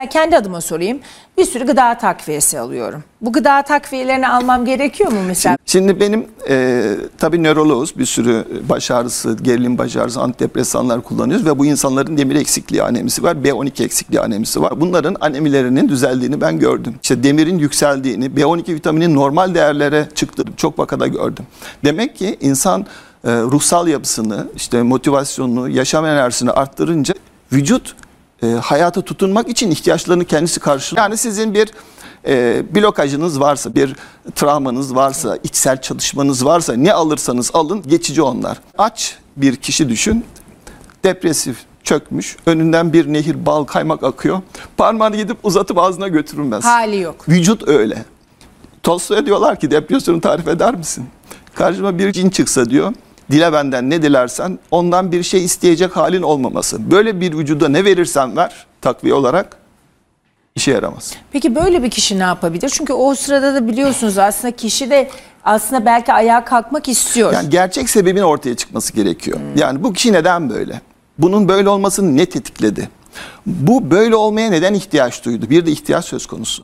Kendi adıma sorayım. Bir sürü gıda takviyesi alıyorum. Bu gıda takviyelerini almam gerekiyor mu mesela? Şimdi benim tabii nöroloğuz. Bir sürü baş ağrısı, gerilim baş ağrısı, antidepresanlar kullanıyoruz. Ve bu insanların demir eksikliği anemisi var, B12 eksikliği anemisi var. Bunların anemilerinin düzeldiğini ben gördüm. İşte demirin yükseldiğini, B12 vitaminin normal değerlere çıktığını çok vakada gördüm. Demek ki insan ruhsal yapısını, işte motivasyonunu, yaşam enerjisini arttırınca vücut hayata tutunmak için ihtiyaçlarını kendisi karşılıyor. Yani sizin bir blokajınız varsa, bir travmanız varsa, içsel çalışmanız varsa ne alırsanız alın geçici onlar. Aç bir kişi düşün, depresif, çökmüş, önünden bir nehir bal kaymak akıyor. Parmağını gidip uzatıp ağzına götürülmez. Hali yok. Vücut öyle. Tolstoy'a diyorlar ki depresyonu tarif eder misin? Karşıma bir cin çıksa diyor, dile benden ne dilersen ondan bir şey isteyecek halin olmaması. Böyle bir vücuda ne verirsen ver takviye olarak işe yaramaz. Peki böyle bir kişi ne yapabilir? Çünkü o sırada da biliyorsunuz aslında kişi de belki ayağa kalkmak istiyor. Yani gerçek sebebin ortaya çıkması gerekiyor. Yani bu kişi neden böyle? Bunun böyle olmasını ne tetikledi? Bu böyle olmaya neden ihtiyaç duydu? Bir de ihtiyaç söz konusu.